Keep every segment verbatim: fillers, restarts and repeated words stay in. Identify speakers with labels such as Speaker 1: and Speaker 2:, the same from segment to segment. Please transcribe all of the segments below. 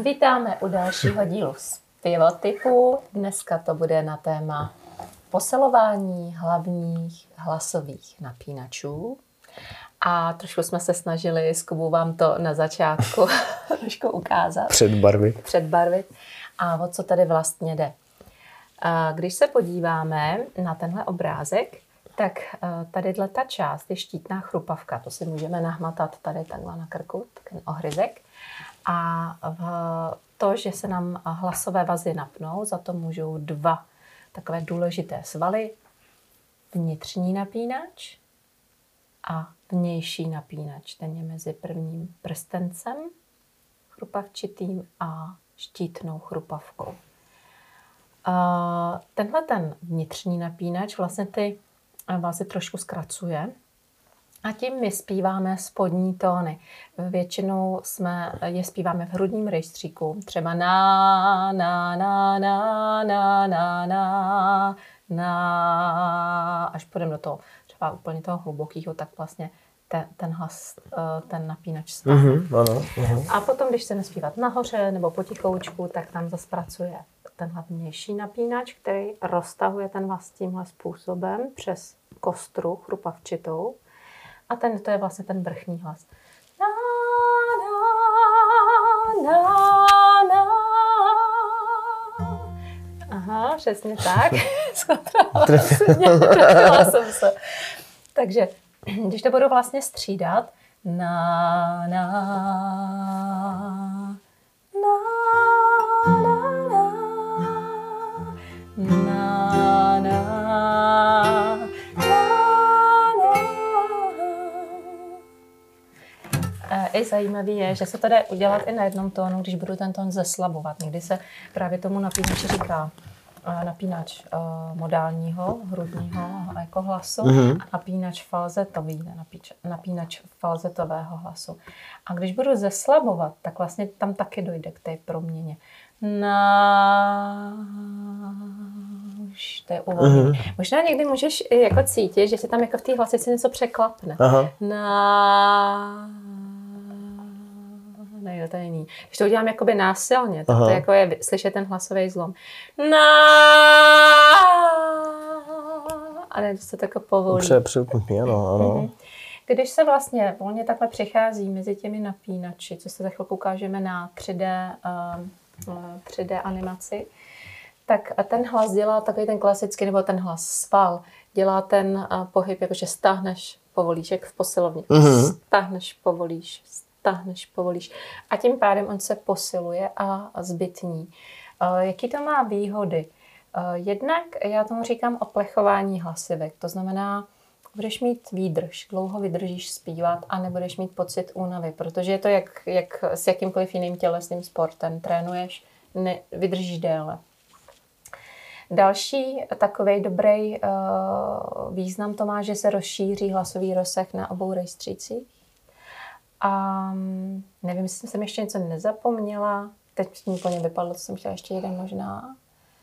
Speaker 1: Vítáme u dalšího dílu Zpěvotypu. Dneska to bude na téma posilování hlavních hlasových napínačů. A trošku jsme se snažili s Kubou vám to na začátku trošku ukázat.
Speaker 2: Předbarvit.
Speaker 1: Předbarvit. A o co tady vlastně jde. Když se podíváme na tenhle obrázek, tak tady ta část je štítná chrupavka. To si můžeme nahmatat tady takhle na krku, ten ohryzek. A v to, že se nám hlasové vazy napnou, za to můžou dva takové důležité svaly. Vnitřní napínač a vnější napínač. Ten je mezi prvním prstencem chrupavčitým a štítnou chrupavkou. Tenhle ten vnitřní napínač vlastně ty vazy trošku zkracuje a tím my zpíváme spodní tóny. Většinou jsme je zpíváme v hrudním rejstříku, třeba na, na, na, na, na, na, na, na, až půjdeme do toho třeba úplně toho hlubokého, tak vlastně ten, ten hlas, ten napínač stále.
Speaker 2: Mm-hmm, ano, uh-huh.
Speaker 1: A potom, když chceme zpívat nahoře nebo potichoučku, tak tam zase pracuje tenhle vnější napínač, který roztahuje ten vás tímhle způsobem přes kostru chrupavčitou. A ten, to je vlastně ten vrchní hlas. Na, na, na, na. Aha, přesně tak. Trefila jsem se. Takže, když to budu vlastně střídat, na, na, na, na, na, na, I zajímavý je, že se to jde udělat i na jednom tónu, když budu ten tón zeslabovat. Někdy se právě tomu napínači říká napínač modálního, hrudního jako hlasu mm-hmm. a napínač falzetový, napínač, napínač falzetového hlasu. A když budu zeslabovat, tak vlastně tam taky dojde k té proměně. Na... To je uvolnění. Mm-hmm. Možná někdy můžeš jako cítit, že si tam jako v té hlasici něco překlapne. Aha. Na... Ne, to není. Když to udělám jakoby násilně, tak Aha. to jako je slyšet ten hlasový zlom. Na... A ne, se to jako povolí.
Speaker 2: Pře, přepnutí, ano, ano. Mm-hmm.
Speaker 1: Když se vlastně volně takhle přichází mezi těmi napínači, co se za chvilku ukážeme na tři dé, uh, tři dé animaci, tak ten hlas dělá takový ten klasický, nebo ten hlas sval, dělá ten uh, pohyb, jakože stáhneš, povolíš, jak v posilovně. Mm-hmm. Stáhneš, povolíš, stáhneš, povolíš. A tím pádem on se posiluje a zbytní. Uh, jaký to má výhody? Uh, jednak já tomu říkám oplechování hlasivek. To znamená, budeš mít výdrž, dlouho vydržíš zpívat a nebudeš mít pocit únavy, protože je to jak, jak s jakýmkoliv jiným tělesným sportem. Trénuješ, ne, vydržíš déle. Další takovej dobrý uh, význam to má, že se rozšíří hlasový rozsah na obou rejstřících. A um, nevím, jestli jsem ještě něco nezapomněla. Teď mi úplně vypadlo, co jsem chtěla ještě jeden možná.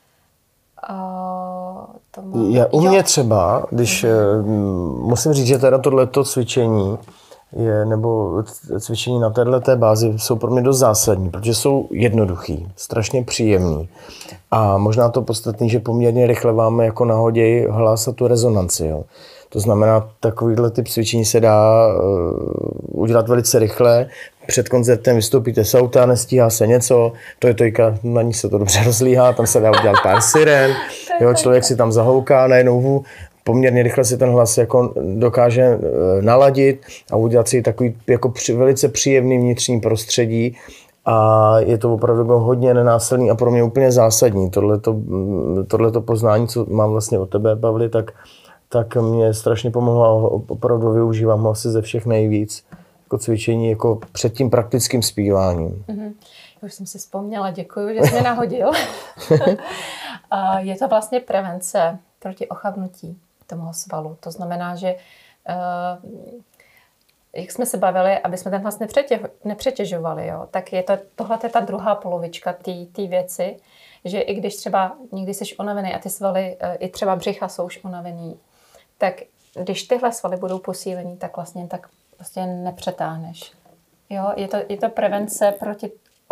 Speaker 1: Uh, to má...
Speaker 2: Já, u mě třeba, když mm. musím říct, že teda tohleto cvičení je, nebo cvičení na této bázi jsou pro mě dost zásadní, protože jsou jednoduchý, strašně příjemný. A možná to podstatný, že poměrně rychle máme jako nahoděj hlas a tu rezonanci. Jo. To znamená, takovýhle typ cvičení se dá uh, udělat velice rychle. Před koncertem vystoupíte z auta, nestíhá se něco, to je tojka, na ní se to dobře rozlíhá, tam se dá udělat pár siren, jo, člověk si tam zahouká najednou, poměrně rychle si ten hlas jako dokáže naladit a udělat si takový jako při, velice příjemný vnitřní prostředí a je to opravdu hodně nenásilný a pro mě úplně zásadní. Tohleto, tohleto poznání, co mám vlastně od tebe, Pavli, tak, tak mě strašně pomohlo a opravdu využívám ho asi ze všech nejvíc. Jako cvičení jako před tím praktickým zpíváním.
Speaker 1: Mm-hmm. Už jsem si vzpomněla, děkuji, že jsi mě nahodil. Je to vlastně prevence proti ochabnutí toho svalu. To znamená, že jak jsme se bavili, aby jsme ten hlas nepřetě, nepřetěžovali, jo, tak je to, tohle je ta druhá polovička té věci, že i když třeba někdy jsi unavený a ty svaly, i třeba břicha jsou už unavený, tak když tyhle svaly budou posílený, tak vlastně tak prostě nepřetáhneš. Jo, je to, je to prevence proti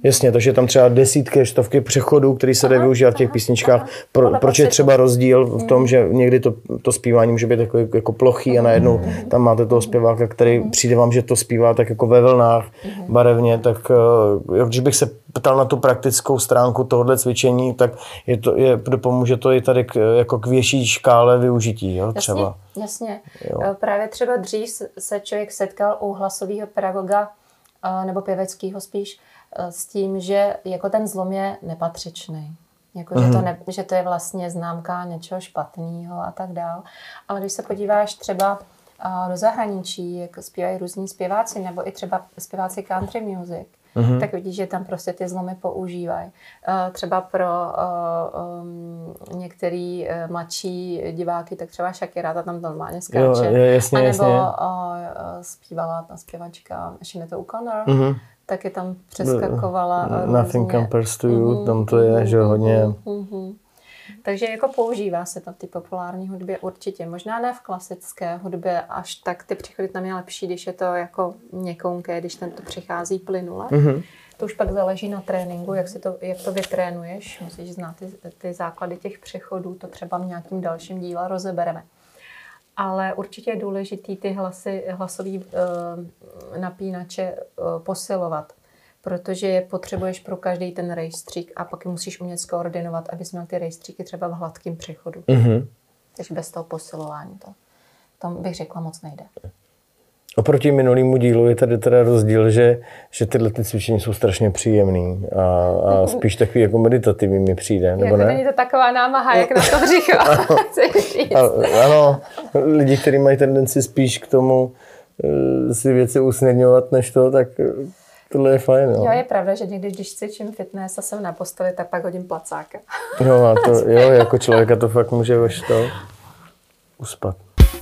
Speaker 2: Jasně, takže tam třeba desítky, stovky přechodů, který se dají využívat v těch písničkách. Pro, proč je třeba rozdíl v tom, že někdy to, to zpívání může být jako, jako plochý a najednou tam máte toho zpěváka, který přijde vám, že to zpívá tak jako ve vlnách, barevně, tak když bych se ptal na tu praktickou stránku tohohle cvičení, tak je to, je, pomůže to i tady k, jako k větší škále využití, jo, třeba.
Speaker 1: Jasně, jasně. Jo. Právě třeba dřív se člověk setkal u hlasového pedagoga nebo pěveckého spíš s tím, že jako ten zlom je nepatřičný. Jako, mm-hmm. že, to ne, že to je vlastně známka něčeho špatného a tak dál. Ale když se podíváš třeba do zahraničí, jak zpívají různí zpěváci, nebo i třeba zpěváci country music, mm-hmm. tak vidíš, že tam prostě ty zlomy používají. Uh, třeba pro uh, um, některý uh, mladší diváky, tak třeba Shakira, ta tam normálně skáče.
Speaker 2: Jo, je, jasně,
Speaker 1: a nebo
Speaker 2: jasně.
Speaker 1: Uh, zpívala ta zpěvačka Sinead O'Connor, mm-hmm. taky tam přeskakovala.
Speaker 2: No, Nothing Compares to You, mm-hmm. tam to je, že hodně...
Speaker 1: Mm-hmm. Takže jako používá se to v té populární hudbě určitě. Možná ne v klasické hudbě, až tak ty přechody tam je lepší, když je to jako měkounké, když tam to přichází plynule. Mm-hmm. To už pak záleží na tréninku, jak, si to, jak to vytrénuješ. Musíš znát ty, ty základy těch přechodů, to třeba v nějakým dalším díle rozebereme. Ale určitě je důležitý ty hlasy, hlasový uh, napínače uh, posilovat, protože je potřebuješ pro každý ten rejstřík a pak je musíš umět skoordinovat, abys měl ty rejstříky třeba v hladkém přechodu. Mm-hmm. Takže bez toho posilování to, to bych řekla moc nejde.
Speaker 2: Oproti minulému dílu je tady teda rozdíl, že, že tyhle ty cvičení jsou strašně příjemný a, a spíš takový jako meditativní mi přijde, nebo
Speaker 1: jako
Speaker 2: ne?
Speaker 1: Není to taková námaha, jak na to břicho.
Speaker 2: Ano, ano, lidi, kteří mají tendenci spíš k tomu si věci usnadňovat než to, tak tohle je fajn. No.
Speaker 1: Jo, je pravda, že někdy, když cvičím fitness a jsem na posteli, tak pak hodím placáka.
Speaker 2: No a to, jo, jako člověka to fakt může už to uspat.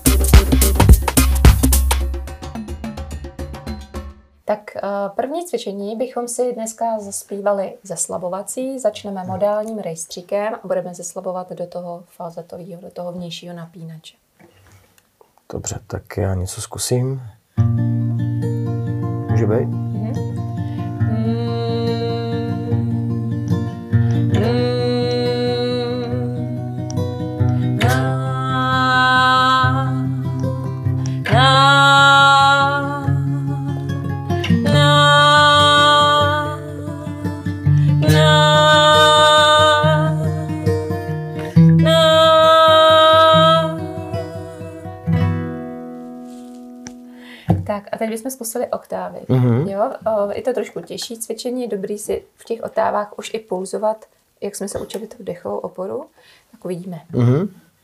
Speaker 1: Tak první cvičení bychom si dneska zaspívali zeslabovací. Začneme modálním rejstříkem a budeme zeslabovat do toho falzetového, do toho vnějšího napínače.
Speaker 2: Dobře, tak já něco zkusím. Může být? Mm-hmm.
Speaker 1: Tak a teď bychom zkusili oktávy. Mm-hmm. Jo? O, je to trošku těžší cvičení, je dobrý si v těch oktávách už i pulzovat, jak jsme se učili tu dechovou oporu, tak uvidíme. Mm-hmm.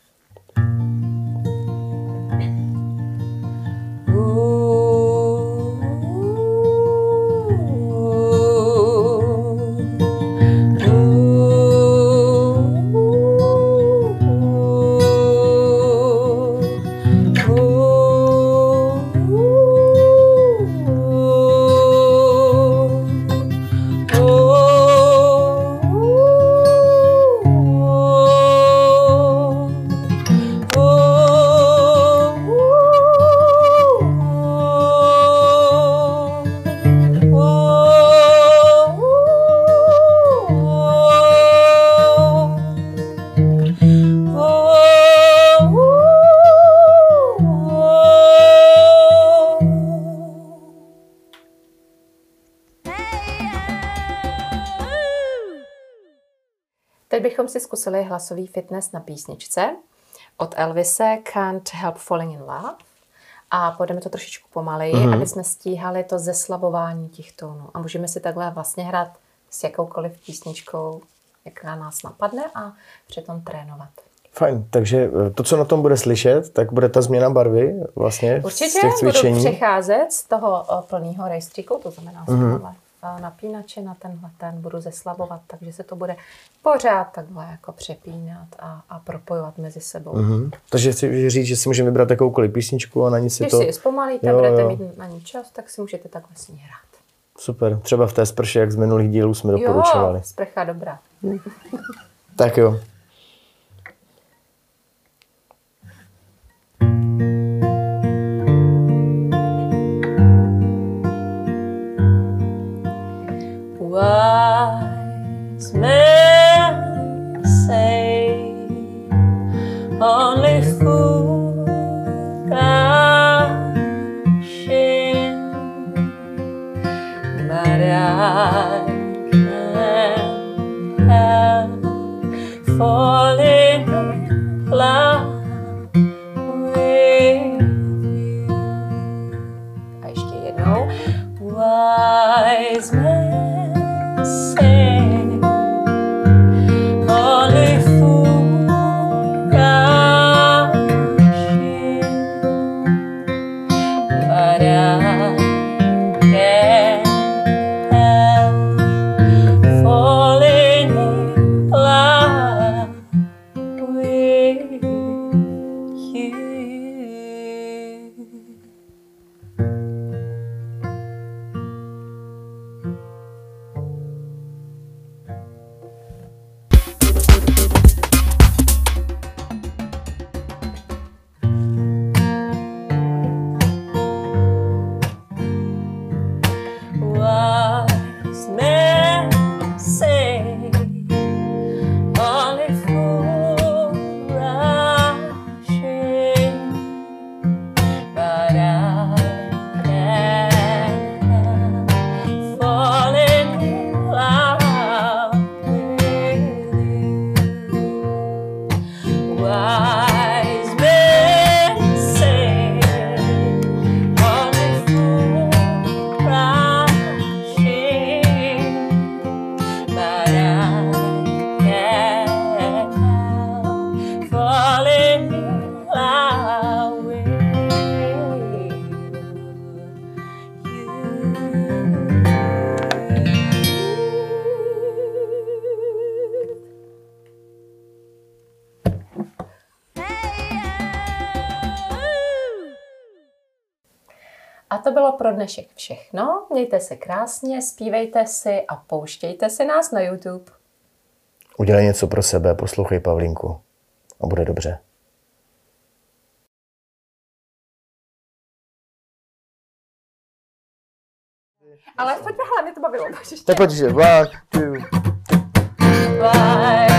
Speaker 1: Teď bychom si zkusili hlasový fitness na písničce od Elvise Can't Help Falling in Love a půjdeme to trošičku pomaleji, mm-hmm. aby jsme stíhali to zeslabování těch tónů. A můžeme si takhle vlastně hrát s jakoukoliv písničkou, jaká nás napadne a přitom trénovat.
Speaker 2: Fajn, takže to, co na tom bude slyšet, tak bude ta změna barvy vlastně
Speaker 1: určitě
Speaker 2: z těch cvičení.
Speaker 1: Určitě budu přecházet z toho plného rejstříku, to znamená z mm-hmm. tohle napínače na tenhle ten budu zeslabovat, takže se to bude pořád takhle jako přepínat a, a propojovat mezi sebou. Mm-hmm.
Speaker 2: Takže chci říct, že si můžeme vybrat takovoukoliv písničku a na ní si
Speaker 1: Když
Speaker 2: to...
Speaker 1: Když si ji zpomalíte, jo, budete jo. mít na ní čas, tak si můžete takhle s ní hrát.
Speaker 2: Super, třeba v té sprše, jak z minulých dílů jsme doporučovali.
Speaker 1: Jo, sprcha dobrá.
Speaker 2: Tak jo.
Speaker 1: Wise men say only fools rush in, but I can't help falling in love with you. A ještě jednou. Wise men say only fools rush in, but I can't help falling in love with you. Wise men say only fools rush in, but I can't help falling in love with you. Wise men say only fools rush in, but I can't help falling in love with you. A to bylo pro dnešek všechno. Mějte se krásně, zpívejte si a pouštějte si nás na YouTube.
Speaker 2: Udělej něco pro sebe, poslouchej Pavlínku a bude dobře.
Speaker 1: Ale pojďme, hele, mě to bavilo.
Speaker 2: Tak pojď, že one, two.
Speaker 1: Bye.